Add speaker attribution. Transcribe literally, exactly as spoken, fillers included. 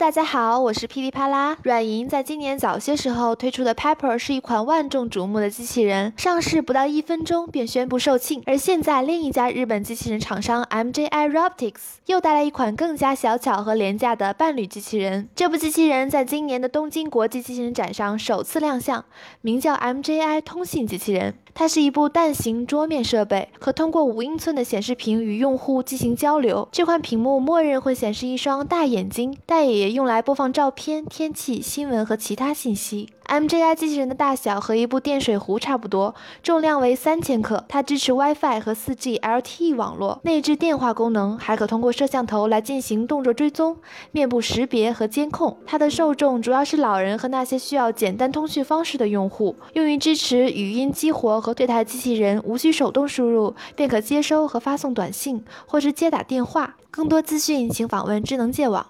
Speaker 1: 大家好，我是噼里啪啦。软银在今年早些时候推出的 Pepper 是一款万众瞩目的机器人，上市不到一分钟便宣布售罄。而现在另一家日本机器人厂商 M J I Robotics 又带来一款更加小巧和廉价的伴侣机器人。这部机器人在今年的东京国际机器人展上首次亮相，名叫 M J I 通信机器人。它是一部蛋形桌面设备，可通过五英寸的显示屏与用户进行交流。这块屏幕默认会显示一双大眼睛，但也用来播放照片、天气、新闻和其他信息。M J I 机器人的大小和一部电水壶差不多，重量为三千克。它支持 WiFi 和 四 G L T E 网络，内置电话功能，还可通过摄像头来进行动作追踪、面部识别和监控。它的受众主要是老人和那些需要简单通讯方式的用户，用于支持语音激活和对台机器人无需手动输入便可接收和发送短信或是接打电话。更多资讯请访问智能界网。